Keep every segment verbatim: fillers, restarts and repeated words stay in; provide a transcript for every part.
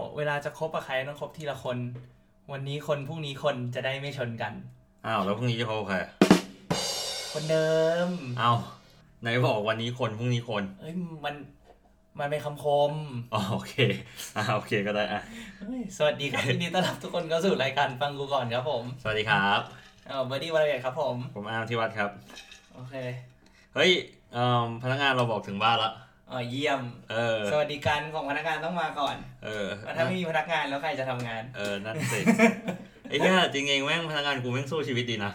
เวลาจะคบกับใครต้องคบทีละคนวันนี้คนพรุ่งนี้คนจะได้ไม่ชนกันอ้าวแล้วพรุ่งนี้จะคบใครคนเดิมอ้าวไหนบอกวันนี้คนพรุ่งนี้คนเอ้ยมันมันเป็นคำคมอ๋อโอเคอ่าโอเคก็ได้อ่ะสวัสดีครับยินดีต้อนรับทุกคนเข้าสู่รายการฟังกูก่อนครับผมสวัสดีครับอ้าวเบอร์ดี้วันอะไรครับผมผมอาร์มที่วัดครับโอเคเฮ้ยเอ่อพนักงานเราบอกถึงบ้านละอ๋อเยี่ยมเออสวัสดิการของพนักงานต้องมาก่อนเออถ้าไม่มีพนักงานแล้วใครจะทำงานเออนั่นสิไอ้เนี่ยจริงๆแม่งพนักงานกูแม่งสู้ชีวิตดีนะ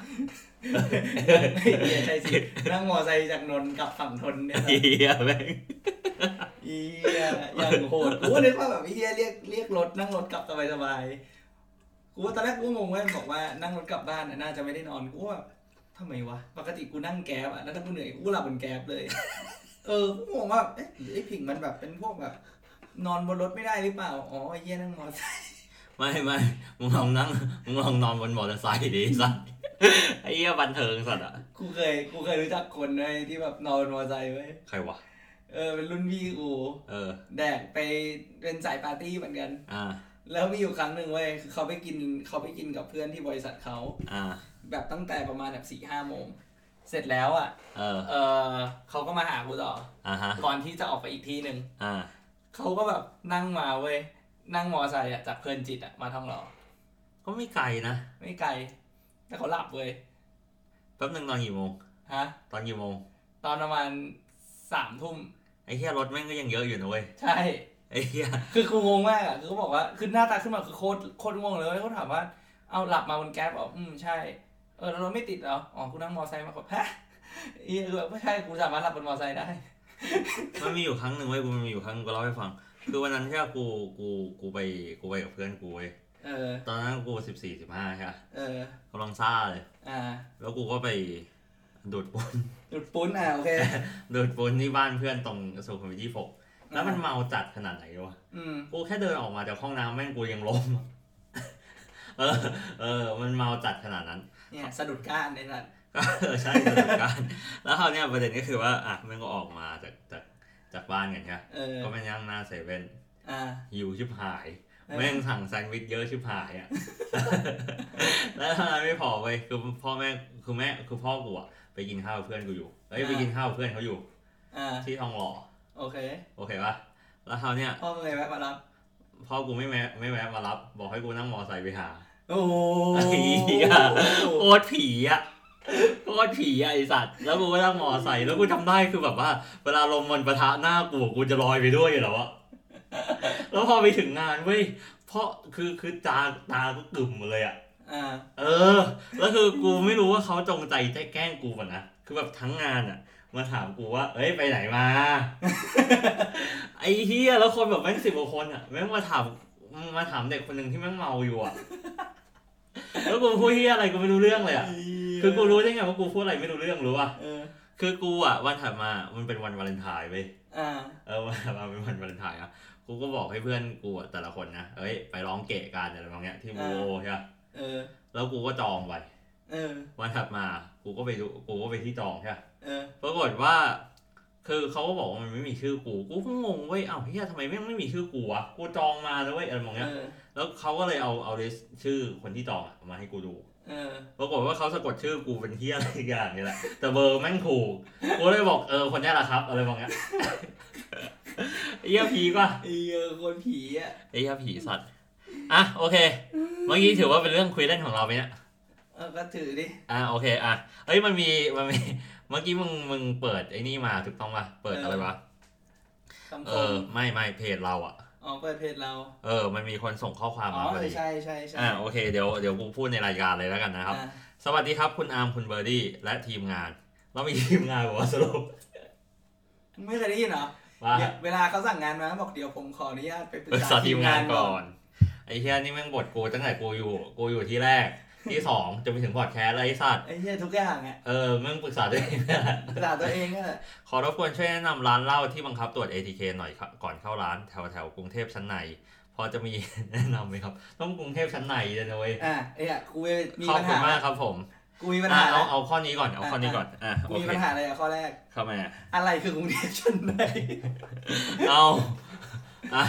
ใช่สินั่งมอไซค์จากนนท์กลับฝั่งทนเนี่ยเฮียแม่งเฮียอย่างโหดกูนึกว่าแบบเฮียเรียกเรียกรถนั่งรถกลับสบายๆกูตอนแรกกูงงเว้ยบอกว่านั่งรถกลับบ้านน่าจะไม่ได้นอนกูว่าทำไมวะปกติกูนั่งแก๊บอะแล้วถ้ากูเหนื่อยกูหลับบนแก๊บเลยเออกูงงว่าเอ๊ะหรือไอ้ผิงมันแบบเป็นพวกแบบนอนบนรถไม่ได้หรือเปล่าอ๋อไอ้เหี้ยนั่งมอเตอร์ไซค์ไม่ไม่มึงลองนั่งมึงลองนอนบนมอเตอร์ไซค์ดิสัสไอ้เหี้ยบันเทิงสัสอ่ะกูเคยกูเคยรู้จักคนเลยที่แบบนอนบนมอเตอร์ไซค์เว้ยใครวะเออเป็นรุ่นพี่กูเออแดกไปเป็นสายปาร์ตี้เหมือนกันอ่าแล้วมีอยู่ครั้งหนึ่งเว้ยคือเขาไปกินเขาไปกินกับเพื่อนที่บริษัทเขาอ่าแบบตั้งแต่ประมาณแบบสี่ห้าโมงเสร็จแล้วอ่ะเออเออเขาก็มาหากูต่ออ่าฮะก่อนที่จะออกไปอีกที่หนึ่งอ่าเขาก็แบบนั่งมาเว้ยนั่งมอไซค์อ่ะจากเพลินจิตอ่ะมาทองหล่อก็ไม่ไกลนะไม่ไกลแต่เขาหลับเว้ยแป๊บนึงนอนกี่โมงฮะตอนกี่โมงตอนประมาณสามทุ่มไอ้เหี้ยรถแม่งก็ยังเยอะอยู่นะเว้ยใช่ไอ้เหี้ยคือกูงงมากอ่ะคือเขาบอกว่าคือหน้าตาขึ้นมาคือโคตรโคตรงงเลยเขาถามว่าเอาหลับมาบนแก๊ปอ๋ออืมใช่เออรถไม่ติดเหรออ๋อกูนั่งมอไซค์มาแบบฮะเออคือแบบไม่ใช่กูสามารถหลับบนมอไซค์ได้มันมีอยู่ครั้งหนึ่งเว้ยกูมันมีอยู่ครั้งนึงกูเล่าให้ฟังคือวันนั้นแค่กูกูกูไปกูไปกับเพื่อนกูเว้ยเออตอนนั้นกูสิบสี่สิบห้าใช่ป่ะเออกำลังซ่าเลยอ่าแล้วกูก็ไปดูดปุ้นดูดปุ้นอ่ะโอเคดูดปุ้นที่บ้านเพื่อนตรงสุขุมวิทยี่สิบหกแล้วมันเมาจัดขนาดไหนวะกูแค่เดินออกมาจากห้องน้ำแม่งกูยังล้มเออเออมันเมาจัดขนาดนั้นเนี่ยสะดุดก้านในนั้นใช่สะดุดก้านแล้วคราวนี้ประเด็นก็คือว่าอ่ะแม่งก็ออกมาจากจากจากบ้านกันใช่ก็ไปย่างหน้าเซเว่นหิวชิบหายแม่งสั่งแซนด์วิชเยอะชิบหายอ่ะแล้วเท่านั้นไม่พอเว้ยคือพ่อแม่คือแม่คือพ่อกูอ่ะไปกินข้าวเพื่อนกูอยู่เฮ้ยไปกินข้าวเพื่อนเขาอยู่ที่ทองหล่อโอเคโอเคป่ะแล้วคราวเนี้ยพ่อไม่แวะมารับพ่อกูไม่แวะไม่แวะมารับบอกให้กูนั่งมอไซค์ไปหาโอ้ยโคตรผีอ่ะโคตรผีอ่ะไอสัตว์แล้วกูก็นั่งมอไซค์แล้วกูจำได้คือแบบว่าเวลาลมมันปะทะหน้ากูกูจะลอยไปด้วยเหรอวะแล้วพอไปถึงงานเว้ยเพราะคือคือตาตาก็กึ่มหมดเลยอ่ะเออแล้วคือกูไม่รู้ว่าเขาจงใจจะแกล้งกูป่ะนะคือแบบทั้งงานอ่ะมาถามกูว่าเอ้ยไปไหนมาไอ้เหี้ยแล้วคนแบบแม่งสิบกว่าคนอ่ะแม่งมาถามมาถามเด็กคนนึงที่แม่งเมาอยู่อ่ะแล้วกูพูดเหี้ยอะไรกูไม่รู้เรื่องเลยอ่ะคือกูรู้ได้ไงว่ากูพูดอะไรไม่รู้เรื่องรู้ป่ะคือกูอ่ะวันถัดมามันเป็นวันวาเลนไทน์เว้ยเออวันถัดมาเป็นวันวาเลนไทน์อ่ะกูก็บอกให้เพื่อนกูแต่ละคนนะเอ้ยไปร้องเกะกันอะไรบางอย่างที่โวใช่ป่ะแล้วกูก็จองไปวันถัดมากูก็ไปดูกูก็ไปที่จองใช่ป่ะปรากฏว่าคือเขาก็บอกว่ามันไม่มีชื่อกูกูก็งงเว้ยอ้าวเฮียทำไมไม่ไม่มีชื่อกูวะกูจองมาแล้วเว้ยอะไรบางอย่างแล้วเขาก็เลยเอาเอาลิสต์ชื่อคนที่จองมาให้กูดูปรากฏว่าเขาสะกดชื่อกูเป็นเฮียอะไรอย่างนี้แหละแต่เบอร์แม่งถูกกูเลยบอกเออคนนี้แหละครับอะไรบางอย่างไอ้เหี้ยผีป่ะไอ้เหี้ยคนผีอ่ะไอ้เหี้ยผีสัตว์อ่ะโอเคเมื่อกี้ถือว่าเป็นเรื่องคุยเล่นของเราไปเนี่ยเออก็ถือดิอ่ะโอเคอ่ะเฮ้ยมันมีมันมีเมื่อกี้มึงมึงเปิดไอ้นี่มาถูกต้องป่ะเปิดอะไรวะเออไม่ไม่เพจเราอ่ะอ๋อเปิดเพจเราเออมันมีคนส่งข้อความมาพอดีใช่ใช่ใช่อ่ะโอเคเดี๋ยวเดี๋ยวกูพูดในรายการเลยแล้วกันนะครับสวัสดีครับคุณอาร์มคุณเบอร์ดี้และทีมงานเรามีทีมงานบอกว่าสรุปไม่เคยได้ยินเหรอเวลาเขาสั่งงานมาบอกเดี๋ยวผมขออนุญาตไปปรึกษาทีมงานก่อนไอ้เหี้ยนี่แม่งบทกูตั้งแต่กูอยู่กูอยู่ที่แรกที่สองจะไปถึงพอดแคสต์ไอ้สัตว์ไอ้เหี้ยทุกอย่างอ่ะเออแม่งปรึกษาตัวเองปรึกษาตัวเองอ่ะขอรบกวนช่วยแนะนำร้านเหล้าที่บังคับตรวจ เอ ที เค หน่อยก่อนเข้าร้านแถวแถวกรุงเทพชั้นในพอจะมีแนะนำไหมครับต้องกรุงเทพชั้นในเลยนะเว้ยอ่ะไอ้อ่ะกูมีปัญหาขอบคุณมากครับผมกูมีปัญหาเอาเอาข้อนี้ก่อนเอาข้อนี้ก่อนอ่ะกูมีปัญหาอะไรอ่ะข้อแรกเข้ามาอะไรคือกรุงเทพชั้นในเอาอ่ะ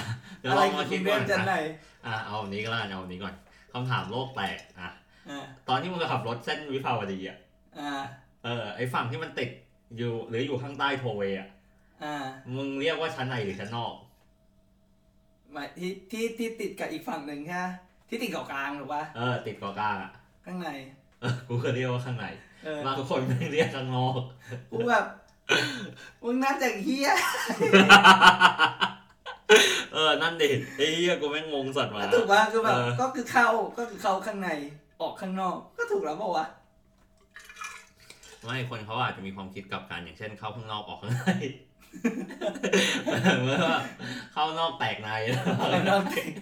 เดี๋ยวลองมาคิดก่อนจันไหนอ่ะเอาอันนี้ก็แล้วกันเอาอันนี้ก่อนคำถามโลกแตกอ่ะอ่าตอนที่มึงขับรถเส้นวิภาวดีอ่ะอ่าเออไอฝั่งที่มันติดอยู่หรืออยู่ข้างใต้โทเวย์อ่ะอ่ามึงเรียกว่าชั้นในหรือชั้นนอกหมายที่ที่ที่ติดกับอีกฝั่งหนึ่งใช่ไหมที่ติดเกาะกลางถูกป่ะเออติดเกาะกลางอ่ะข้างในเออกูก็เรียกว่าข้างในเออบางคนไม่เรียกข้างนอกกูแบบมึงน่าจะเฮี้ยเออนั่นดิไอ้เหี้ยกูแม่งงงสัตว์มาถูกป่ะคือแบบก็คือเข้าก็คือเข้าข้างในออกข้างนอกก็ถูกแล้วป่าววะไม่คนเขาอาจจะมีความคิดกลับกันอย่างเช่นเข้าข้างนอกออกข้างในเมื่อเข้านอกแตกในเข้านอกแตก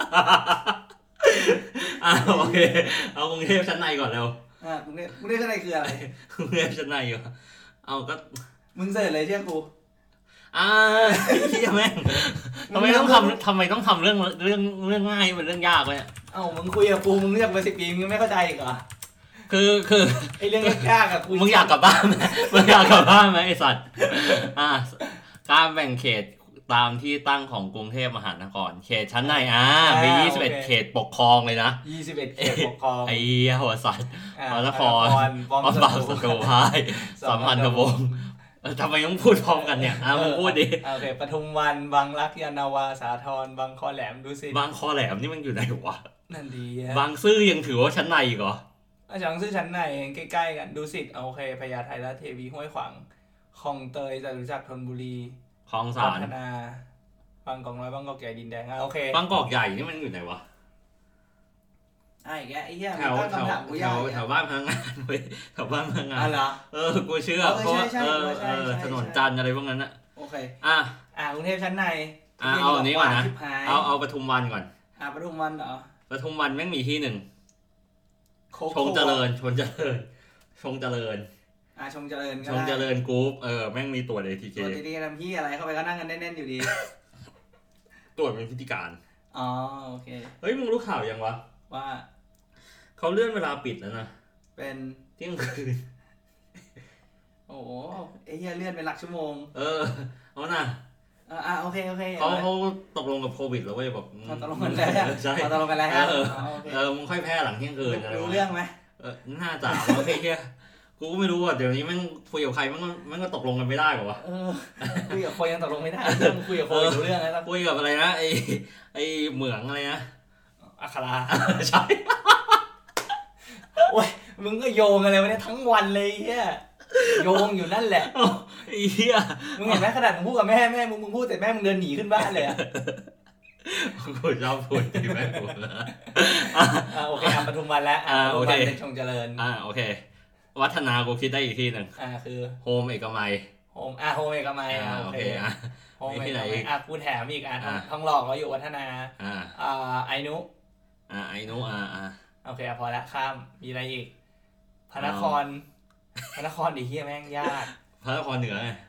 อ่าโอเคเอากรุงเทพชั้นในก่อนเร็วอ่ากรุงเทพกรุงเทพชั้นในคืออะไรกรุงเทพชั้นในอยู่เอาก็มึงเสิร์ชเลยเชื่อกูอ่าเหี้ยแม่งทำไมต้องทำทำไมต้องทำเรื่องเรื่องเรื่องง่ายเป็นเรื่องยากเลยเอ้ามึงคุยกับกูมึงเรียกมาสิบปีมึงไม่เข้าใจอีกเหรอคือคือไอเรื่องยากกับกูมึงอยากกลับบ้านไหมมึงอยากกลับบ้านไหมไอสัตว์อ่าการแบ่งเขตตามที่ตั้งของกรุงเทพมหานครเขตชั้นในอ่ามียี่สิบเอ็ดเขตปกครองเลยนะยี่สิบเอ็ดเขตปกครองไอ้หัวสัตว์พระนครป้อมปราบศัตรูพ่ายสัมพันธวงศ์ทำไมต้องพูดพร้อมกันเนี่ยอ่ะมึงพูดดิโอเคปทุมวันบางรักยานนาวาสาทรบางคอแหลมดูสิบางคอแหลมนี่มันอยู่ไหนวะนั่นดีบางซื่อยังถือว่าชั้นในอีกเหรออาจารย์ซื่อชั้นในใกล้ๆกันดูสิโอเคพญาไทราชเทวีห้วยขวางคลองเตยจตุจักรธนบุรีคลองสานพัฒนาบางกอกน้อยบางกอกใหญ่ดินแดงโอเคบางกอกใหญ่นี่มันอยู่ไหนวะไอ้แกไอ้เหี้ยแถวแถวแถวแถวบ้านพนักงานเว้ยแถวบ้านพนักงานเออกูเชื่อเพราะเออเออถนนจันทร์อะไรพวกนั้นอะโอเคอ่ะอ่ากรุงเทพชั้นในอ่ะเอาอันนี้ก่อนนะเอาเอาปทุมวันก่อนอ่ะปทุมวันเหรอปทุมวันแม่งมีที่หนึ่งชงเจริญชงเจริญชงเจริญอ่ะชงเจริญชงเจริญกรุ๊ปเออแม่งมีตรวจ เอ ที เคตรวจ เอ ที เค ทำพี่อะไรเข้าไปก็นั่งกันแน่นๆอยู่ดีตรวจเป็นพิธีการอ๋อโอเคเฮ้ยมึงรู้ข่าวยังวะว่าเขาเลื่อนเวลาปิดแล้วนะเป็นเที่ยงคืนโอ้โหไอ้เหี้ยเลื่อนเป็นหลักชั่วโมงเออเอาน่ะอ่าโอเคโอเคเขาเขาตกลงกับโควิดแล้วเว้ยแบบตกลงกันแล้วใช่ตกลงกันแล้วเออเออมึงค่อยแพ้หลังเที่ยงคืนอะไรรู้เรื่องไหมเออน่าจะโอเคแค่กูก็ไม่รู้อ่ะเดี๋ยวนี้มันคุยกับใครมันมันก็ตกลงกันไม่ได้หรอวะเออคุยกับคนยังตกลงไม่ได้เรื่องคุยกับคนรู้เรื่องแล้วคุยกับอะไรนะไอไอเหมืองอะไรนะอัคราใช่โอ้ยมึงก็โยงอะไรวะเนี่ยทั้งวันเลยเฮียโยงอยู่นั่นแหละเฮียมึงเห็นไหมขนาดมึงพูดกับแม่แม่มึงมึงพูดแต่แม่มึงเดินหนีขึ้นบ้านเลยอ่ะกูชอบพูดที่แม่กูอ่าโอเคอ่ะปทุมวันแล้วอ่าโอเคชงเจริญอ่าโอเควัฒนากูคิดได้อีกที่หนึ่งอ่าคือโฮมเอกมัยโฮมอ่าโฮมเอกมัยอ่าโอเคอ่ะโฮมที่ไหนอ่ะกูแถมอีกอ่ะทองหล่อก็อยู่วัฒนาอ่าอ่าไอนุอ่าไอนุอ่าอ่าโอเคพอละข้ามมีอะไรอีกพระนครพระนครดิเฮียแม่งยากพระนครเหนือไง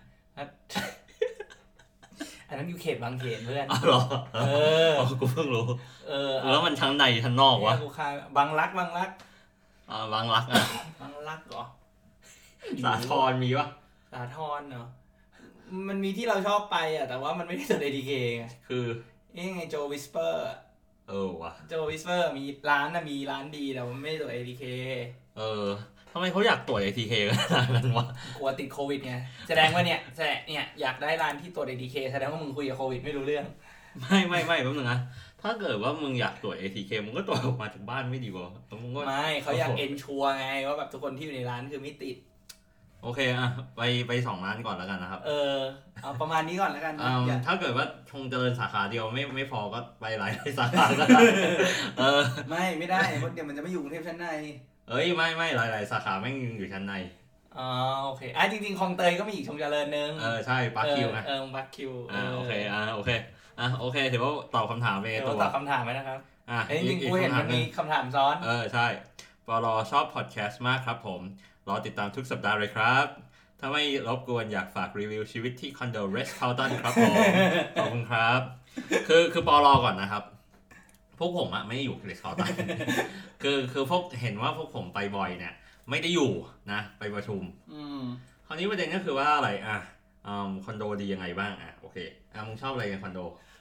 อันนั้นอยู่เขตบางเขนเพื่อนอ๋อเหรอเออกูเพิ่งรู้เออแล้วมันทั้งในทั้งนอกวะกูข้ามบางรักบางรักอ่าบางรักอ่ะบางรักเหรอสาทรมีปะสาทรเนาะมันมีที่เราชอบไปอ่ะแต่ว่ามันไม่ได้ตัว เอ ที เค ไงคือเอ้ไงโจวิสเปอร์เออว่ะโจวิสเปอร์มีร้านน่ะมีร้านดีแต่มันไม่ตัว เอ ที เคเออทำไมเขาอยากตรวจ เอ ที เค กันนั้นวะกลัวติดโควิดไงแสดงว่าเนี่ยแสดงเนี่ยอยากได้ร้านที่ตรวจ เอ ที เค แสดงว่ามึงคุยกับโควิดไม่รู้เรื่องไม่ไม่ไม่แป๊บนึงนะถ้าเกิดว่ามึงอยากตรวจ เอ ที เค มึงก็ตรวจออกมาจากบ้านไม่ดีกว่ามึงก็ไม่เขาอยากเอ็นชัวร์ไงว่าแบบทุกคนที่อยู่ในร้านคือไม่ติดโอเคอ่ะไปไปสองร้านก่อนแล้วกันนะครับเออเอาประมาณนี้ก่อนแล้วกันถ้าเกิดว่าชงเจริญสาขาเดียวไม่ไม่พอก็ไปหลายสาขาก็ได้เออไม่ไม่ได้เพราะเดี๋ยวมันจะไม่อยู่กรุงเทพชั้นในเอ้ยไม่ไม่หลายๆสาขาแม่งอยู่ชั้นในอ๋อโอเคอ่ะจริงๆคลองเตยก็มีอีกชงเจริญนึงเออใช่ปักคิวไงเออปักคิวอ่าโอเคอ่าโอเคอ่ะโอเคถือว่าตอบคำถามไปตัวตอบคำถามไหมนะครับอ่ะจริงๆกูเห็นมันมีคำถามซ้อนเออใช่ปลชอบพอดแคสต์มากครับผมรอติดตามทุกสัปดาห์เลยครับถ้าไม่รบกวนอยากฝากรีวิวชีวิตที่คอนโดเรสคาลตันครับผมขอบคุณครับคือคือปลก่อนนะครับพวกผมอะไม่ได้อยู่เรสคาลตันคือคือพวกเห็นว่าพวกผมไปบ่อยเนี่ยไม่ได้อยู่นะไปประชุมคราวนี้ประเด็นก็คือว่าอะไรอ่ะคอนโดดียังไงบ้างอ่ะโอเคอ่ะมึงชอบอะไรในคอนโด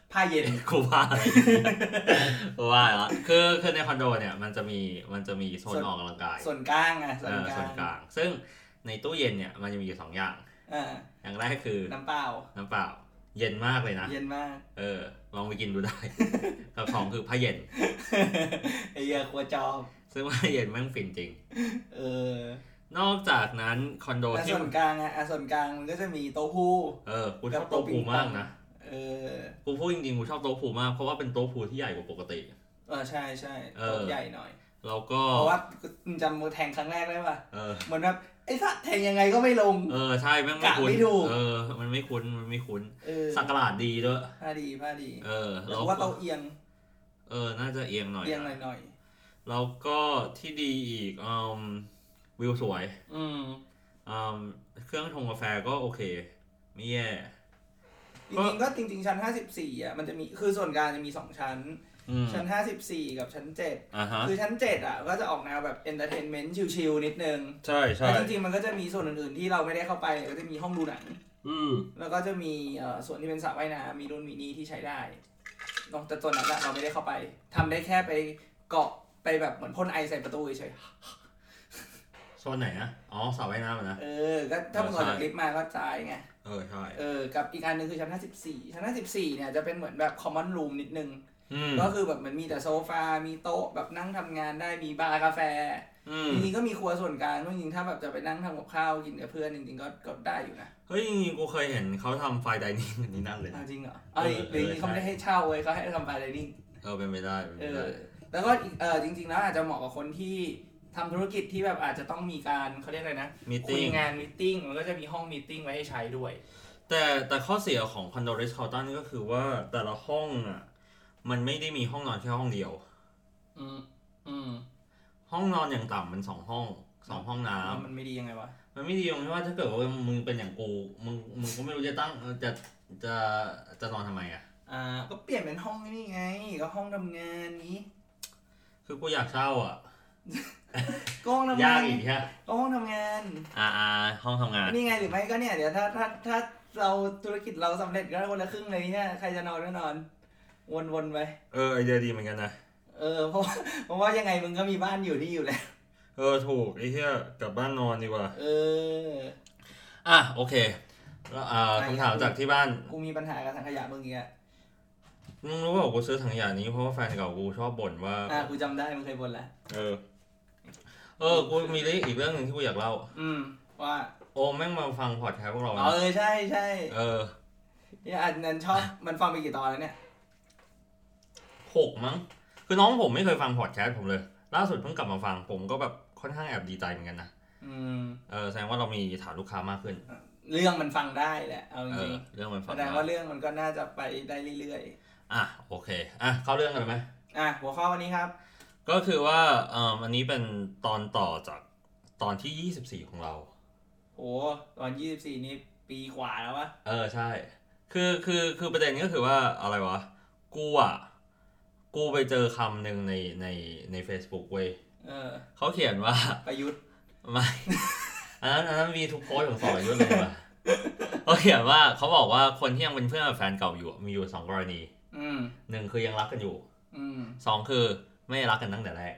ผ้าเย็นกูว่าอะไรกูว่าละคือคือในคอนโดเนี่ยมันจะมีมันจะมีโซนออกกำลังกายส่วนกลางอ่ะส่วนกลางส่วนกลางซึ่งในตู้เย็นเนี่ยมันจะมีอยู่สองอย่างอ่าอย่างแรกคือน้ำเปล่าน้ำเปล่าเย็นมากเลยนะเย็นมากเออลองไปกินดูได้กับสองคือผ้าเย็นไอ้เหี้ยครัวจอมซึ่งผ้าเย็นแม่งฟินจริงเออนอกจากนั้นคอนโดที่ส่วนกลางอ่ะส่วนกลางมันก็จะมีโต๊ะพูลเออกูชอบโต๊ะพูลมากนะเออกูพูดจริงๆกูชอบโต๊ะพูลมากเพราะว่าเป็นโต๊ะพูลที่ใหญ่กว่าปกติเออใช่ใช่โต๊ะใหญ่หน่อยแล้วก็เพราะว่าจำมือแทงครั้งแรกได้ป่ะเออเหมือนแบบไอ้สัตว์แทงยังไงก็ไม่ลงเออใช่แม่งไม่คุ้นเออมันไม่คุ้นมันไม่คุ้นสักกะหลาดดีด้วยผ้าดีผ้าดีเออแล้วว่าโต๊ะเอียงเออน่าจะเอียงหน่อยเอียงหน่อยๆแล้วก็ที่ดีอีกอืมวิวสวยอืมอืมเครื่องชงกาแฟก็โอเคไม่แย่จริงๆก็จริงๆชั้นห้าสิบสี่อ่ะมันจะมีคือส่วนกลางจะมีสองชั้นชั้นห้าสิบสี่กับชั้นเจ็ดคือชั้นเจ็ดอ่ะก็จะออกแนวแบบเอนเตอร์เทนเมนต์ชิลๆนิดนึงใช่ใช่จริงๆมันก็จะมีส่วนอื่นๆที่เราไม่ได้เข้าไปก็จะมีห้องดูหนังแล้วก็จะมีเอ่อส่วนที่เป็นสระว่ายน้ำมีรุ่นมินิที่ใช้ได้นอกจากตัวนั้นเราไม่ได้เข้าไปทำได้แค่ไปเกาะไปแบบเหมือนพ่นไอใส่ประตูเฉยโซนไหนนะอ๋อสระว่ายน้ำนะเออก็ถ้ามึงออกจากลิฟต์มาก็จ่ายไงเออใช่เออกับอีกอันนึงคือชั้นห้าสิบสี่ชั้นห้าสิบสี่เนี่ยจะเป็นเหมือนแบบคอมมอนรูมนิดนึงก็คือแบบมันมีแต่โซฟา มีโต๊ะแบบนั่งทำงานได้มีบาร์กาแฟจริงๆก็มีครัวส่วนกลางจริงๆถ้าแบบจะไปนั่งทำกับข้าวกินกับเพื่อนจริงๆก็ก็ได้อยู่นะเฮ้ยจริงๆกูเคยเห็นเขาทำไฟไดนิ่งอันนี้นั่นเลยจริงเหรอเออหรือเขาไม่ได้ให้เช่าเว้ยเขาให้ทำไฟไดนิ่งเออเป็นไปได้เออแล้วก็เออจริงๆแล้วอาจจะเหมาะกับคนที่ทำธุรกิจที่แบบอาจจะต้องมีการเขาเรียกอะไรนะคุยงานมีติ้งมันก็จะมีห้องมีติ้งไว้ให้ใช้ด้วยแต่แต่ข้อเสียของคอนโดเรสคาร์ตันก็คือว่าแต่ละห้องอ่ะมันไม่ได้มีห้องนอนแค่ห้องเดียวอืมอืมห้องนอนอย่างต่ำมันสองห้องสองห้องน้ำมันไม่ดียังไงวะมันไม่ดีตรงที่ว่าถ้าเกิดว่ามึงเป็นอย่างกูมึงมึงก็ไม่รู้จะตั้งจะจะจะนอนทำไมอ่ะอ่าก็เปลี่ยนเป็นห้องนี่ไงก็ห้องทำงานนี้คือกูอยากเช่าอ่ะก็ห้องทำงานยากอีกใช่ก็ห้องทำงานอ่าอ่าห้องทำงานนี่ไงหรือไม่ก็เนี่ยเดี๋ยวถ้าถ้าถ้าเราธุรกิจเราสำเร็จก็คนละครึ่งเลยเนี่ยใครจะนอนก็นอนวนๆไปเออไอเดียดีเหมือนกันนะเออเพราะเพราะว่ายังไงมึงก็มีบ้านอยู่ที่อยู่แล้วเออถูกไอ้เหี้ยกลับบ้านนอนดีกว่าเอออ่ะโอเคแล้วอ่าคำถามจากที่บ้านกูมีปัญหากับถังขยะมึงอีกอ่ะมึงรู้ว่ากูซื้อถังขยะนี้เพราะว่าแฟนเก่ากูชอบบ่นว่าอ่ะกูจำได้มึงเคยบ่นแหละเออเออกูมีอีกเรื่องนึงที่กูอยากเล่าอืมว่าโอ้แม่งมาฟังพอดแคสต์พวกเราเออใช่ใช่เออเนี่ยอันนั้นชอบมันฟังไปกี่ตอนแล้วเนี่ยหกมั้งคือน้องผมไม่เคยฟังพอดแคสต์ผมเลยล่าสุดเพิ่งกลับมาฟังผมก็แบบค่อนข้างแอบดีใจเหมือนกันนะอืมเออแสดงว่าเรามีฐานลูกค้ามากขึ้นเรื่องมันฟังได้แหละเอาจริงๆเรื่องมันฟังแสดงว่าเรื่องมันก็น่าจะไปได้เรื่อยๆอ่ะโอเคอ่ะเข้าเรื่องกันไหมอ่ะหัวข้อวันนี้ครับก็คือว่าเอ่ออันนี้เป็นตอนต่อจากตอนที่ยี่สิบสี่ของเราโอ้ตอนยี่สิบสี่นี่ปีกว่าแล้ววะเออใช่คือคือคือประเด็นก็คือว่าอะไรวะกูอ่ะกูไปเจอคำหนึ่งในในใน Facebook เว้ยเออเขาเขียนว่าประยุทธ์ไม่อันนั้นอันนั้นมีทุกโพสของสอยุทธ์เลยว่ะเขาเขียนว่าเขาบอกว่าคนที่ยังเป็นเพื่อนกับแฟนเก่าอยู่มีอยู่สองกรณีหนึ่งคือยังรักกันอยู่สองคือไม่รักกันตั้งแต่แรก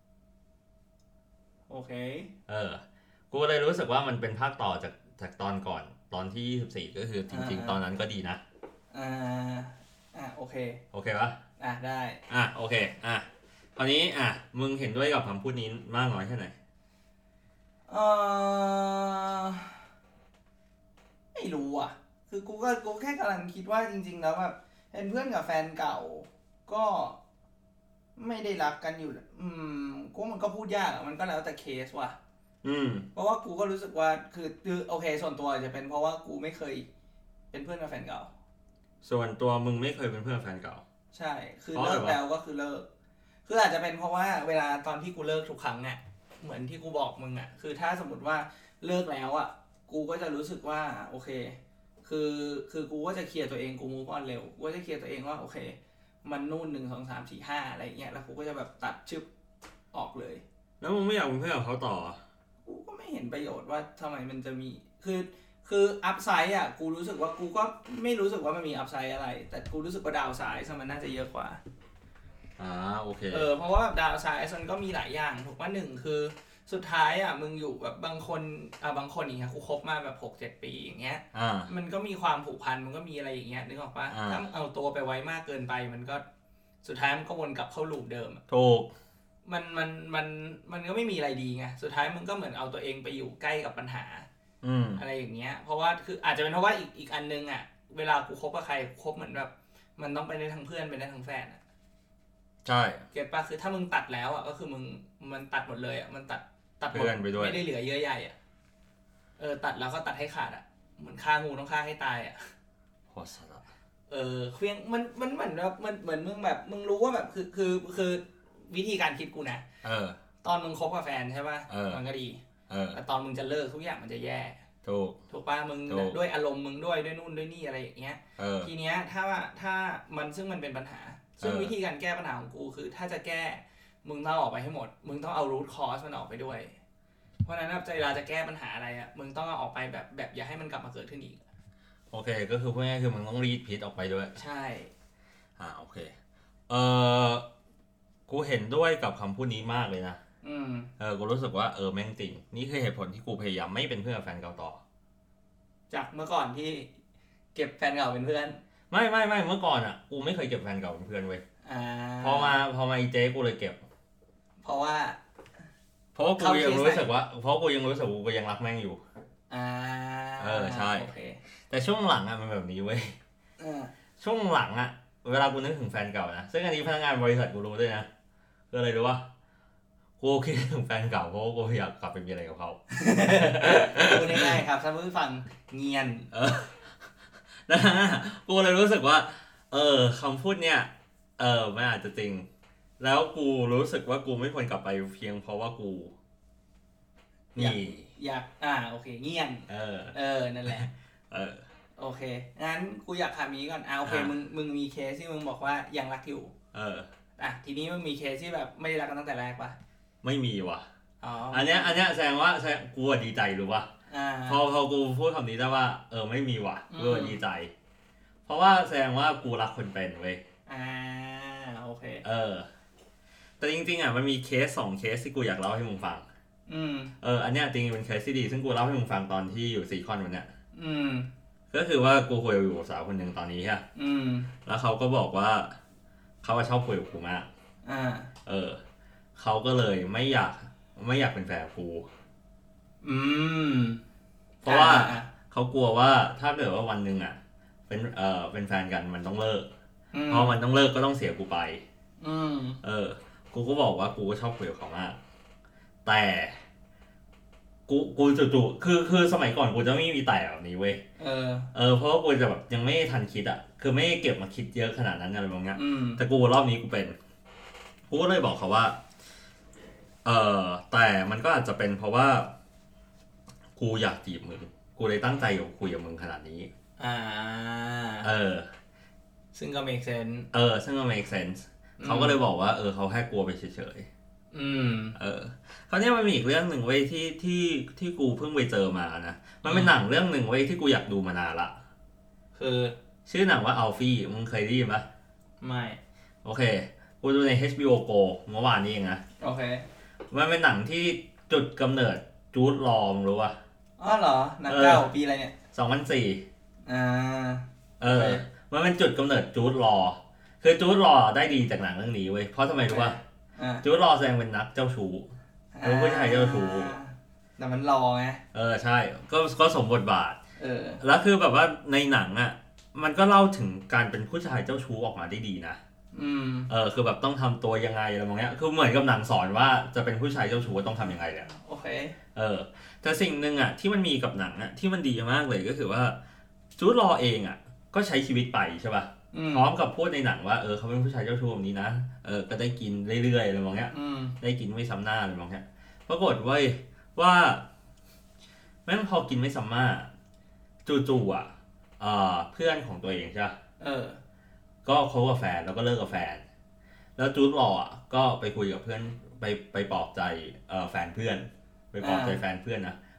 โอเคเออกูเลยรู้สึกว่ามันเป็นภาคต่อจากจากตอนก่อนตอนที่ยี่สิบสี่ก็คือจริงๆตอนนั้นก็ดีนะอ่าอ่าโอเคโอเคปะอ่ะได้อ่ะโอเคอ่ะคราวนี้อ่ะมึงเห็นด้วยกับคำพูดนี้มากน้อยแค่ไหนเออไม่รู้อ่ะคือกูก็กูแค่กำลังคิดว่าจริงๆแล้วแบบเป็นเพื่อนกับแฟนเก่าก็ไม่ได้รักกันอยู่อืมกูมันก็พูดยากมันก็แล้วแต่เคสว่ะอืมเพราะว่ากูก็รู้สึกว่าคือคือโอเคส่วนตัวจะเป็นเพราะว่ากูไม่เคยเป็นเพื่อนกับแฟนเก่าส่วนตัวมึงไม่เคยเป็นเพื่อนกับแฟนเก่าใช่คือเลิกแล้วก็คือเลิกคืออาจจะเป็นเพราะว่าเวลาตอนที่กูเลิกทุกครั้งเนี่ยเหมือนที่กูบอกมึงอ่ะคือถ้าสมมติว่าเลิกแล้วอ่ะกูก็จะรู้สึกว่าโอเคคือคือกูก็จะเคลียร์ตัวเองกูมูฟออนเร็วกูก็จะเคลียร์ตัวเองว่าโอเคมันนู่นหนึ่งสองสามสี่ห้าอะไรเงี้ยแล้วกูก็จะแบบตัดชึบออกเลยแล้วมึงไม่อยากเป็นเพื่อนกับเขาต่อกูก็ไม่เห็นประโยชน์ว่าทำไมมันจะมีคือคืออัพไซด์อ่ะกูรู้สึกว่ากูก็ไม่รู้สึกว่ามันมีอัพไซด์อะไรแต่กูรู้สึกว่าดาวไซด์มันน่าจะเยอะกว่าอ่าโอเคเออเพราะว่าดาวไซด์มันก็มีหลายอย่างถูกป่ะหนึ่งคือสุดท้ายอ่ะมึงอยู่แบบบางคนอ่ะบางคนอย่างเงี้ยกูคบมาแบบ หกเจ็ด ปีอย่างเงี้ยมันก็มีความผูกพันมันก็มีอะไรอย่างเงี้ยนึกออกป่ะถ้าเอาตัวไปไว้มากเกินไปมันก็สุดท้ายมันก็วนกลับเข้าลูปเดิมถูกมันมันมันมันก็ไม่มีอะไรดีไงสุดท้ายมึงก็เหมือนเอาตัวเองไปอยู่ใกล้กับปัญหาอะไรอย่างเงี้ยเพราะว่าคืออาจจะเป็นเพราะว่าอีกอีกอันนึงอ่ะเวลากูคบกับใครคบเหมือนแบบมันต้องไปได้ทั้งเพื่อนไปได้ทั้งแฟนอ่ะใช่เก็ตป่ะคือถ้ามึงตัดแล้วอ่ะก็คือมึงมันตัดหมดเลยอ่ะมันตัดตัดหมดไม่ได้เหลือเยื่อใยอ่ะเออตัดแล้วก็ตัดให้ขาดอ่ะเหมือนฆ่างูต้องฆ่าให้ตายอ่ะโหดสัสเออเครื่องมันมันเหมือนแบบมันเหมือนมึงแบบมึงรู้ว่าแบบคือคือคือวิธีการคิดกูนะเออตอนมึงคบกับแฟนใช่ป่ะมันก็ดีแต่ตอนมึงจะเลิกทุกอย่างมันจะแย่ถูกถูกป่ะมึงด้วยอารมณ์มึงด้วยด้วยนู่นด้วยนี่อะไรอย่างเงี้ยทีเนี้ยถ้าว่าถ้ามันซึ่งมันเป็นปัญหาซึ่งวิธีการแก้ปัญหาของกูคือถ้าจะแก้มึงต้องออกไปให้หมดมึงต้องเอา root cause มันออกไปด้วยเพราะฉะนั้นเวลาจะแก้ปัญหาอะไรอ่ะมึงต้องเอาออกไปแบบแบบอย่าให้มันกลับมาเกิดขึ้นอีกโอเคก็คือพูดง่ายๆคือมึงต้องรีดพิษออกไปด้วยใช่อ่าโอเคเออกูเห็นด้วยกับคำพูดนี้มากเลยนะอืมเออกูรู้สึกว่าเออแม่งจริงนี่คือเหตุผลที่กูพยายามไม่เป็นเพื่อนกับแฟนเก่าต่อจากเมื่อก่อนที่เก็บแฟนเก่าเป็นเพื่อนไม่ไม่ไม่เมื่อก่อนอ่ะกูไม่เคยเก็บแฟนเก่าเป็นเพื่อนเว้ยอ่าพอมาพอมาอีเจ๊กูเลยเก็บเพราะว่าเพราะว่ากูยังรู้สึกว่าเพราะกูยังรู้สึกว่ากูยังรักแม่งอยู่อ่าเออใช่แต่ช่วงหลังอ่ะมันแบบนี้เว้ยช่วงหลังอ่ะเวลากูนึกถึงแฟนเก่านะซึ่งอันนี้พนักงานบริษัทกูรู้ด้วยนะก็เลยรู้ว่ากูคิดถึงแฟนเก่าเพราะกูอยากกลับไปมีอะไรกับเขาพูดง่ายๆครับท่านผู้ฟังเงียนเออดังนั้นกูเลยรู้สึกว่าเออคำพูดเนี้ยเออไม่อาจจะจริงแล้วกูรู้สึกว่ากูไม่ควรกลับไปเพียงเพราะว่ากูนี่อยากอ่าโอเคเงียนเออเออนั่นแหละเออโอเคงั้นกูอยากถามนี้ก่อนอ่าโอเคมึงมึงมีเคสที่มึงบอกว่ายังรักอยู่เอออ่ะทีนี้มึงมีเคสที่แบบไม่ได้รักกันตั้งแต่แรกปะไม่มีว่ะอ๋ออันเนี้ยอันเนี้ยแสดงว่าแสดงกูดีใจรู้ป่ะพอพอกูพูดคำนี้ได้ว่าเออไม่มีว่ะกูดีใจเพราะว่าแสดงว่ากูรักคนเป็นเว้ยอ่าโอเคเออแต่จริงๆอ่ะมันมีเคสสองเคสที่กูอยากเล่าให้มึงฟังอืมเอออันเนี้ยจริงๆเป็นเคสที่ดีซึ่งกูเล่าให้มึงฟังตอนที่อยู่ซีคอนวันเนี้ยอืมก็คือว่ากูคุยอยู่กับสาวคนหนึ่งตอนนี้ฮะอืมแล้วเขาก็บอกว่าเขาชอบคุยกับกูมากอ่าเออเขาก็เลยไม่อยากไม่อยากเป็นแฟนกูอืมเพราะว่าเขากลัวว่าถ้าเกิดว่าวันนึงอ่ะเป็นเอ่อเป็นแฟนกันมันต้องเลิกพอมันต้องเลิกก็ต้องเสียกูไปอืมเออกูก็บอกว่ากูก็ชอบคุยกับเขามากแต่กูกูจู่ๆคือคือสมัยก่อนกูจะไม่มีแต่แบบนี้เว้ยเออเออเพราะว่ากูจะแบบยังไม่ทันคิดอ่ะคือไม่เก็บมาคิดเยอะขนาดนั้นอะไรบางอย่างแต่กูรอบนี้กูเป็นกูก็เลยบอกเขาว่าเออแต่มันก็อาจจะเป็นเพราะว่ากูอยากจีบมึงกูเลยตั้งใจอยู่คุยกับมึงขนาดนี้อ่าเออซึ่งก็ make sense เออซึ่งก็ make sense เขาก็เลยบอกว่าเออเขาแค่กลัวไปเฉยๆอืมเออคราวนี้มันมีอีกเรื่องหนึ่งเว้ยที่ที่ที่กูเพิ่งไปเจอมานะมันเป็นหนังเรื่องหนึ่งเว้ยที่กูอยากดูมานานละคือชื่อหนังว่า Alfie มึงเคยได้ยินปะไม่โอเคกูดูใน เอช บี โอ Go เมื่อวานนี้เองนะโอเคมันเป็นหนังที่จุดกำเนิดจูดลอมรู้ป่ะอ๋อเหรอหนังเก่าปีอะไรเนี่ยสองพันสี่อ่าเออมันเป็นจุดกำเนิดจูดลอคือจูดลอได้ดีจากหนังเรื่องนี้เว้ยเพราะทำไมรู้ป่ะจูดลอแสดงเป็นนักเจ้าชู้เป็นผู้ชายเจ้าชู้แต่มันรอไงเออใช่ก็ก็สมบทบาทเออแล้วคือแบบว่าในหนังอ่ะมันก็เล่าถึงการเป็นผู้ชายเจ้าชู้ออกมาได้ดีนะอืมเออคือแบบต้องทำตัวยังไงอะไรบางอย่างคือเหมือนกับหนังสอนว่าจะเป็นผู้ชายเจ้าชู้ต้องทำยังไงเนี่ยโอเคเออแต่สิ่งหนึ่งอ่ะที่มันมีกับหนังอ่ะที่มันดีมากเลยก็คือว่าจูดลอเองอ่ะก็ใช้ชีวิตไปใช่ป่ะพร้อมกับพูดในหนังว่าเออเขาเป็นผู้ชายเจ้าชู้แบบนี้นะเออก็ได้กินเรื่อยๆอะไรบางอย่างได้กินไม่ซ้ำหน้าอะไรบางอย่างปรากฏว่าว่าแม่งพอกินไม่ซ้ำหน้าจู่ๆอ่ะเออเพื่อนของตัวเองใช่ป่ะเออก็คบกับแฟนแล้วก็เลิกกับแฟนแล้วจูดลออ่ะก็ไปคุยกับเพื่อนไปไปปลอบใจเอ่อแฟนเพื่อนไปปลอบใจแฟนเพื่อนนะ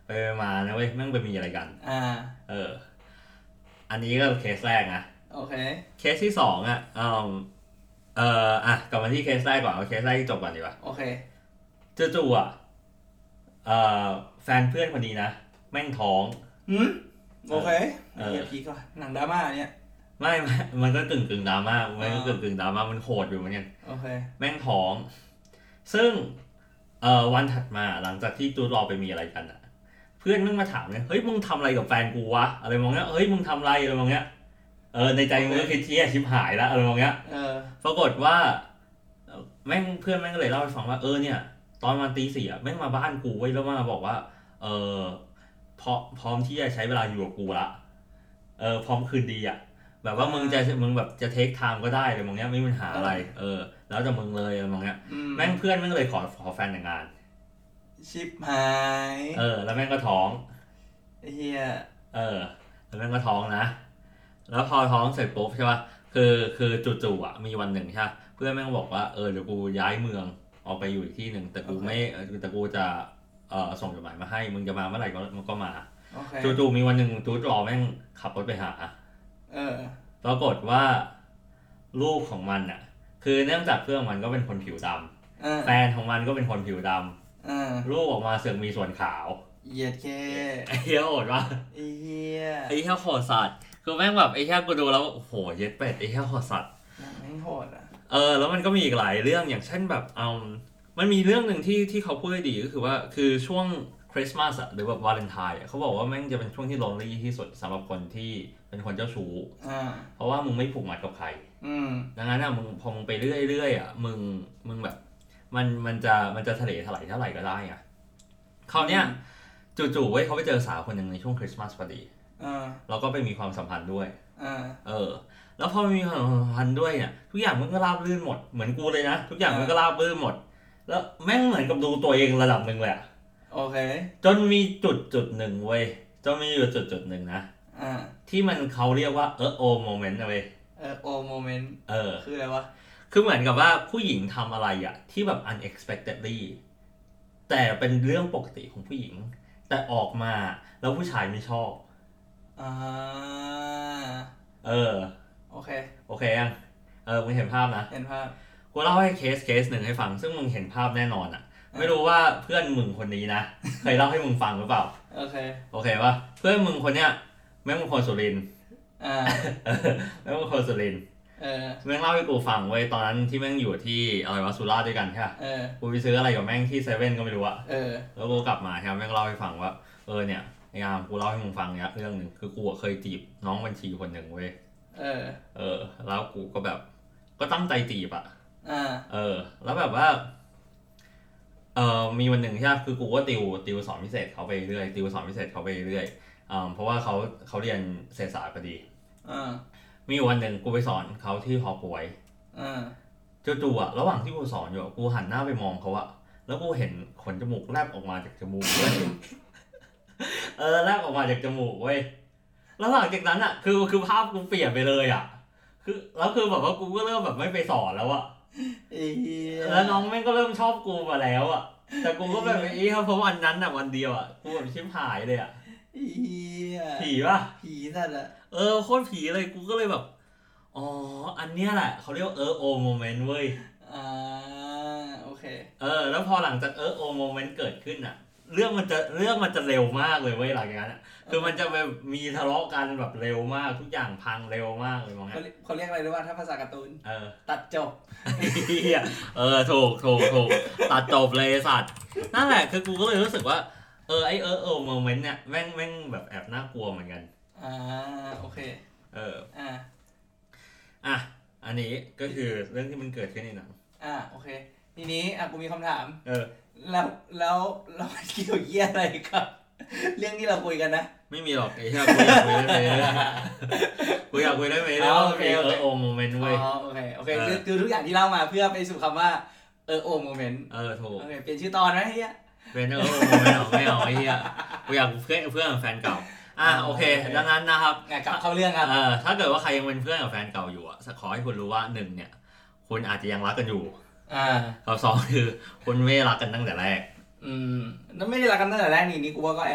ไปมานะเว้ยแม่งไปมีอะไรกันอ่าเอออันนี้ก็เคสแรกนะโอเคเคสที่สองอ่ะเออเอออ่ะกลับมาที่เคสแรกก่อนเอาเคสแรกที่จบก่อนดีกว่าโอเคจู่ๆอ่ะเออแฟนเพื่อนคนนี้นะแม่งท้องอืมโอเคเออพีก่อนหนังดราม่าเนี่ยไม่มันก็กึ่งกึ่งดราม่ามันก็กึ่งกึ่งดราม่ามันโหดอยู่เหมือนกันโอเคแม่งท้องซึ่งเอ่อวันถัดมาหลังจากที่ตูรอไปมีอะไรกันอ่ะเพื่อนมึงมาถามเนี่ยเฮ้ยมึงทำอะไรกับแฟนกูวะอะไรมองเงี้ยเฮ้ยมึงทำอะไรอะไรมองเงี้ยเออในใจมึงก็คิดเชี่ยชิบหายแล้วอะไรมองเงี้ยเออปรากฏว่าแม่งเพื่อนแม่งก็เลยเล่าให้ฟังว่าเออเนี่ยตอนวันตีสี่อ่ะแม่งมาบ้านกูไว้แล้วมาบอกว่าเออพร้อมพร้อมที่จะใช้เวลาอยู่กับกูละเออพร้อมคืนดีอ่ะแบบว่ามึงจะมึงแบบจะเทคไทม์ก็ได้อะไรมองเงี้ยไม่มีปัญหาอะไรเออแล้วจะมึงเลยอะไรมองเงี้ยแม่งเพื่อนแม่งเลยขอขอแฟนแต่งงานชิบหายเออแล้วแม่งก็ท้องเฮียเออแล้วแม่งก็ท้องนะแล้วพอท้องเสร็จปุ๊บใช่ป่ะคือคือจู่ๆอ่ะมีวันหนึ่งใช่เพื่อนแม่งบอกว่าเออเดี๋ยวกูย้ายเมืองออกไปอยู่อีกที่หนึ่งแต่กูไม่แต่กูจะเอ่อส่งจดหมายมาให้มึงจะมาเมื่อไหร่ก็มันก็มาจู่ๆมีวันหนึ่งจู๊ดรอแม่งขับรถไปหาเออปรากฏว่าลูกของมันอ่ะคือเนื่องจากเพื่อนมันก็เป็นคนผิวดำแฟนของมันก็เป็นคนผิวดำลูกออกมาเสือกมีส่วนขาวเหยียดแค่ไอ้เหี้ยโหดว่ะไอ้เหี้ยไอ้เหี้ยโหดสัตว์คือแม่งแบบไอ้เหี้ยกูดูแล้วโอ้โหเย็ดเป็ดไอ้เหี้ยโหดสัตว์แม่งโหดอ่ะเออแล้วมันก็มีอีกหลายเรื่องอย่างเช่นแบบเอามันมีเรื่องหนึ่งที่ที่เขาพูดได้ดีก็คือว่าคือช่วงคริสต์มาสอะหรือแบบวาเลนไทน์เขาบอกว่าแม่งจะเป็นช่วงที่โลนลี่ที่สุดสำหรับคนที่เป็นคนเจ้าชู้เพราะว่ามึงไม่ผูกมัดกับใครดังนั้นอะมึงพอมึงไปเรื่อยๆอะมึงมึงแบบมันมันจะมันจะทะเลถลายเท่าไหร่ก็ได้อะคราวเนี้ยจู่ๆเว้ยเขาไปเจอสาวคนหนึ่งในช่วงคริสต์มาสพอดีแล้วก็ไปมีความสัมพันธ์ด้วยเออแล้วพอมีความสัมพันธ์ด้วยเนี่ยทุกอย่างมันก็ราบรื่นหมดเหมือนกูเลยนะทุกอย่างมันก็ราบรื่นหมดแล้วแม่งเหมือนกับดูตัวเองระดับหนึ่งเลยอะโอเคจนมีจุดจุดหนึ่งเว้ยจนมีอยู่จุดจุดหนึ่งนะที่มันเขาเรียกว่าเออโอโมเมนต์นะเว้ยเออโอโมเมนต์เออคืออะไรวะคือเหมือนกับว่าผู้หญิงทำอะไรอะที่แบบ unexpectedly แต่เป็นเรื่องปกติของผู้หญิงแต่ออกมาแล้วผู้ชายไม่ชอบอ่าเออโอเคโอเคยังเออมึงเห็นภาพนะเห็นภาพกูเล่าให้เคสเคสหนึ่งให้ฟังซึ่งมึงเห็นภาพแน่นอนอ่ะไม่รู้ว่าเพื่อนมึงคนนี้นะเคยเล่าให้มึงฟังหรือเปล่าโอเคโอเคป่ะเพื่อนมึงคนเนี้ยแม่งเป็นคนสุรินทร์อ่าแม่งเป็นคนสุรินทร์เออแม่งเล่าให้กูฟังไว้ตอนนั้นที่แม่งอยู่ที่อะไรวะสุราษฎร์ด้วยกันใช่ป่ะเออกูไปซื้ออะไรกับแม่งที่เซเว่นก็ไม่รู้อะเออแล้วกูกลับมาใช่แม่งเล่าให้ฟังว่าเออเนี่ยไอ้งามกูเล่าให้มึงฟังเนี้ยเรื่องนึงคือกูเคยจีบน้องบัญชีคนหนึ่งเว้ยเออเออแล้วกูก็แบบก็ตั้งใจจีบอะอ่าเออแล้วแบบว่าเออมีวันหนึ่งใช่คือกูก็ติวติวสอนพิเศษเขาไปเรื่อยติวสอนพิเศษเขาไปเรื่อยอ่าเพราะว่าเขาเขาเรียนเศรษฐศาสตร์พอดีอ่ามีวันหนึ่งกูไปสอนเขาที่หอป่วยอ่าจู่ๆอะระหว่างที่กูสอนอยู่กูหันหน้าไปมองเขาอะแล้วกูเห็นขนจมูกแลบออกมาจากจมูกเว้ยเออแลบออกมาจากจมูกเว้ยแล้วหลังจากนั้นอะคือคือภาพกูเปลี่ยนไปเลยอะคือแล้วคือแบบว่ากูก็เริ่มแบบไม่ไปสอนแล้วอะแล้วน้องแม่งก็เริ่มชอบกูมาแล้วอะแต่กูก็แบบอีครับเพราะวันนั้นอะวันเดียวอะกูแบบชิบหายเลยอะผีป่ะผีสัตว์อะเออโคตรผีเลยกูก็เลยแบบอ๋ออันเนี้ยแหละเขาเรียกเออโอโมเมนต์เว้ยอ่าโอเคเออแล้วพอหลังจากเออโอโมเมนต์เกิดขึ้นอะเรื่องมันจะเรื่องมันจะเร็วมากเลยเว้ยหลังจากนั้นคือมันจะแบบมีทะเลาะกันแบบเร็วมากทุกอย่างพังเร็วมากเลยมองเขาเขาเรียกอะไรรู้ป่ะถ้าภาษาการ์ตูนเออตัดจบเออถูกถูกถูกตัดจบเลยสัตว์นั่นแหละคือกูก็เลยรู้สึกว่าเออไอเออเออโมเมนต์เนี่ยแม่งแม่งแบบแอบน่ากลัวเหมือนกันอ่าโอเคเอออ่าอ่ะอันนี้ก็คือเรื่องที่มันเกิดขึ้นในหนังอ่าโอเคทีนี้อ่ะกูมีคำถามเออแล้วแล้วเราเกี่ยวเยี่ยอะไรครับเรื่องที่เราคุยกันนะไม่มีหรอกไอ้เหี้ยกูอยากคุยได้ไหมกูอยากคุยได้ไหมเรื่องเออโอโมเมนต์เว้ยอ๋อโอเคโอเคคือคือทุกอย่างที่เล่ามาเพื่อไปสู่คำว่าเออโอโมเมนต์เออถูกโอเคเปลี่ยนชื่อตอนไหมเฮียเป็นเออโอโมเมนต์ไม่เอาไอ้เหี้ยกูอยากเพื่อนเพื่อนกับแฟนเก่าอ่ะโอเคดังนั้นนะครับกลับเข้าเรื่องครับเออถ้าเกิดว่าใครยังเป็นเพื่อนกับแฟนเก่าอยู่อ่ะขอให้คุณรู้ว่าหนึ่งเนี่ยคุณอาจจะยังรักกันอยู่อ่ากับสองคือคุณไม่รักกันตั้งแต่แรกอืมแล้วไม่ได้รักกันตั้งแต่แรกนี่นี่กูว่าก็แอบ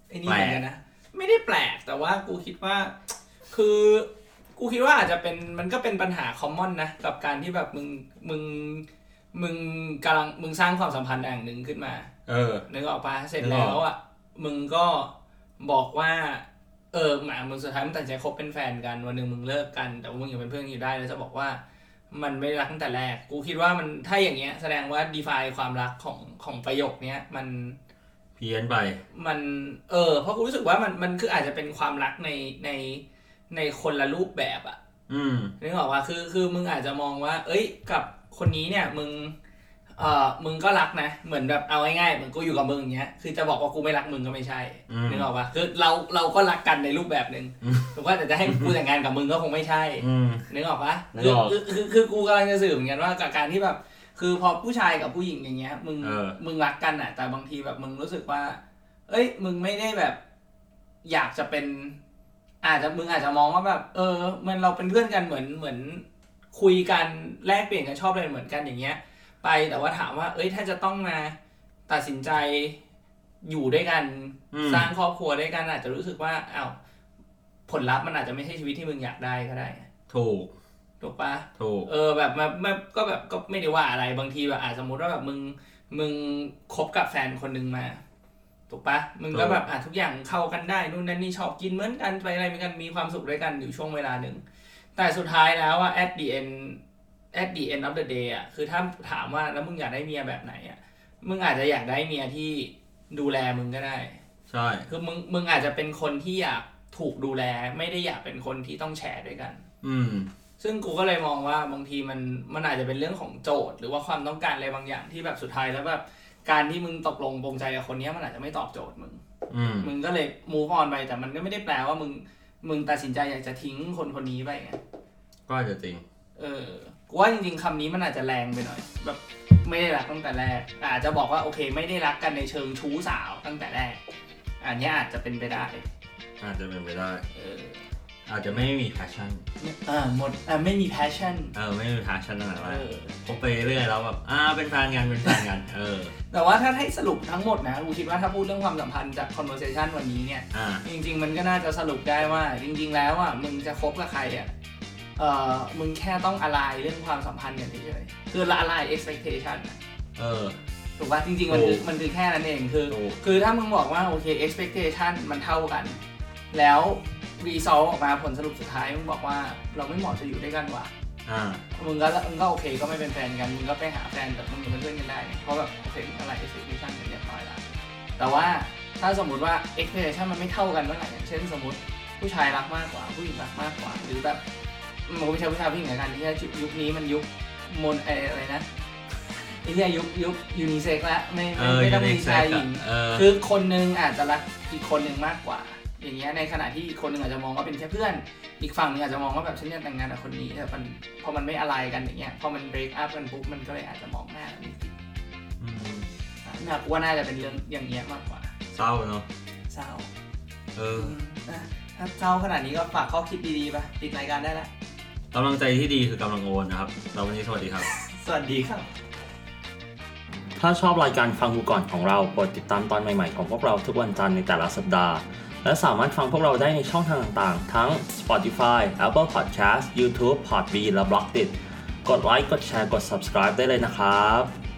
ไอ้นี่เหมือนกันนะไม่ได้แปลกแต่ว่ากูคิดว่าคือกูคิดว่าอาจจะเป็นมันก็เป็นปัญหาคอมมอนนะกับการที่แบบมึงมึงมึงกำลังมึงสร้างความสัมพันธ์อย่างหนึ่งขึ้นมาเออนึกออกปะเสร็จแล้วอ่ะมึงก็บอกว่าเออหมามึงสุดท้ายมึงตัดใจคบเป็นแฟนกันวันนึงมึงเลิกกันแต่ว่ามึงยังเป็นเพื่อนอยู่ได้แล้วจะบอกว่ามันไม่รักตั้งแต่แรกกูคิดว่ามันถ้าอย่างเงี้ยแสดงว่า define ความรักของของประโยคเนี้ยมันเพี้ยนไปมันเออเพราะกูรู้สึกว่ามันมันคืออาจจะเป็นความรักในในในคนละรูปแบบอ่ะอืมนึกออกว่าคือคือมึงอาจจะมองว่าเอ้ยกับคนนี้เนี่ยมึงเอ่อมึงก็รักนะเหมือนแบบเอาง่ายๆเหมือนกูอยู่กับมึงอย่างเงี้ยคือจะบอกว่ากูไม่รักมึงก็ไม่ใช่นึกออกป่ะคือเราเราก็รักกันในรูปแบบนึงถูกป่ะแต่จะให้กูแต่งงานกับมึงก็คงไม่ใช่นึกออกป่ะคือคือคือกูกำลังจะสื่อเหมือนกันว่ากับการที่แบบคือพอผู้ชายกับผู้หญิงอย่างเงี้ยมึงมึงรักกันอ่ะแต่บางทีแบบมึงรู้สึกว่าเอ้ยมึงไม่ได้แบบอยากจะเป็นอาจจะมึงอาจจะมองว่าแบบเออมันเราเป็นเพื่อนกันเหมือนเหมือนคุยกันแลกเปลี่ยนกันชอบอะไรเหมือนกันอย่างเงี้ยไปแต่ว่าถามว่าเอ้ยถ้าจะต้องมาตัดสินใจอยู่ด้วยกันสร้างครอบครัวด้วยกันอาจจะรู้สึกว่าอ้าวผลลัพธ์มันอาจจะไม่ใช่ชีวิตที่มึงอยากได้ก็ได้ถูกถูกปะถูกเออแบบมาก็แบบก็ไม่ได้ว่าอะไรบางทีแบบอาจสมมติว่าแบบมึงมึงคบกับแฟนคนนึงมาถูกปะมึงก็แบบอ่ะทุกอย่างเข้ากันได้นู่นนั่นนี่ชอบกินเหมือนกันไปอะไรเหมือนกันมีความสุขด้วยกันอยู่ช่วงเวลาหนึ่งแต่สุดท้ายแล้วว่า at the end at the end of the day อ่ะคือถ้าถามว่าแล้วมึงอยากได้เมียแบบไหนอ่ะมึงอาจจะอยากได้เมียที่ดูแลมึงก็ได้ใช่คือมึงมึงอาจจะเป็นคนที่อยากถูกดูแลไม่ได้อยากเป็นคนที่ต้องแชร์ด้วยกันอืมซึ่งกูก็เลยมองว่าบางทีมันมันอาจจะเป็นเรื่องของโจทย์หรือว่าความต้องการอะไรบางอย่างที่แบบสุดท้ายแล้วแบบการที่มึงตกลงปรงใจกับคนนี้มันอาจจะไม่ตอบโจทย์มึงมึงก็เลย move on ไปแต่มันก็ไม่ได้แปลว่ามึงมึงตัดสินใจอยากจะทิ้งคนคนนี้ไปไงก็อาจจะจริงเออกูว่าจริงๆคำนี้มันอาจจะแรงไปหน่อยแบบไม่ได้รักตั้งแต่แรกอาจจะบอกว่าโอเคไม่ได้รักกันในเชิงชู้สาวตั้งแต่แรกอันนี้อาจจะเป็นไปได้อาจจะเป็นไปได้เอออาจจะไม่มี passion อ่าหมดอ่าไม่มี passion เออไม่มี passion นั่นแหละว่าพอไปเรื่อยแล้วแบบอ่าเป็นแฟนกันเป็นแฟนกันเออแต่ว่าถ้าให้สรุปทั้งหมดนะกูคิดว่าถ้าพูดเรื่องความสัมพันธ์จาก conversation วันนี้เนี่ยจริงๆมันก็น่าจะสรุปได้ว่าจริงๆแล้วอ่ะมึงจะคบกับใครอ่ะเอ่อมึงแค่ต้อง align เรื่องความสัมพันธ์กันเฉยๆคือ align expectation เออถูกป่ะจริงๆมันคือมันคือแค่นั้นเองคือคือถ้ามึงบอกว่าโอเค expectation มันเท่ากันแล้วรีซอลออกมาผลสรุปสุดท้ายมึงบอกว่าเราไม่เหมาะจะอยู่ด้วยกันว่ะอ่ามึงก็มึงก็โอเคก็ไม่เป็นแฟนกันมึงก็ไปหาแฟนแต่มึงยังเป็นเพื่อนกันได้เพราะแบบโอเคอะไร expectation มันเรียบร้อยแล้วแต่ว่าถ้าสมมุติว่า expectation มันไม่เท่ากันเมื่อไหร่อย่างเช่นสมมติผู้ชายรักมากกว่าผู้หญิงรักมากกว่าหรือแบบมันไม่ใช่ผู้ชายผู้หญิงเหมือนกันที่ยุคนี้มันยุคมนอะไรนะไอ้ที่ยุคยุคยูนิเซ็กซ์ละไม่ไม่ต้องมีชายหญิงคือคนนึงอาจจะรักอีกคนนึงมากกว่าอย่างเงี้ยในขณะที่อีกคนนึงอาจจะมองว่าเป็นแค่เพื่อนอีกฝั่งนึงอาจจะมองว่าแบบฉันอยากแต่งงานกับคนนี้แต่มันพอมันไม่อะไรกันอย่างเงี้ยพอมันเบรกอัพกันปุ๊บมันก็เลยอาจจะมองหน้ากันไม่ติดน่าว่าน่าจะเป็นเรื่องอย่างเงี้ยมากกว่าเศร้าเนาะเศร้าเออถ้าเศร้าขนาดนี้ก็ฝากข้อคิดดีๆป่ะปิดรายการได้แล้วกำลังใจที่ดีคือกำลังโอนนะครับเราวันนี้สวัสดีครับสวัสดีครับถ้าชอบรายการฟังกูก่อนของเราโปรดติดตามตอนใหม่ๆของพวกเราทุกวันจันทร์ในแต่ละสัปดาห์และสามารถฟังพวกเราได้ในช่องทางต่างๆทั้ง Spotify, Apple Podcast, YouTube, Podbean และ Blogdit กดไลค์กดแชร์กด Subscribe ได้เลยนะครับ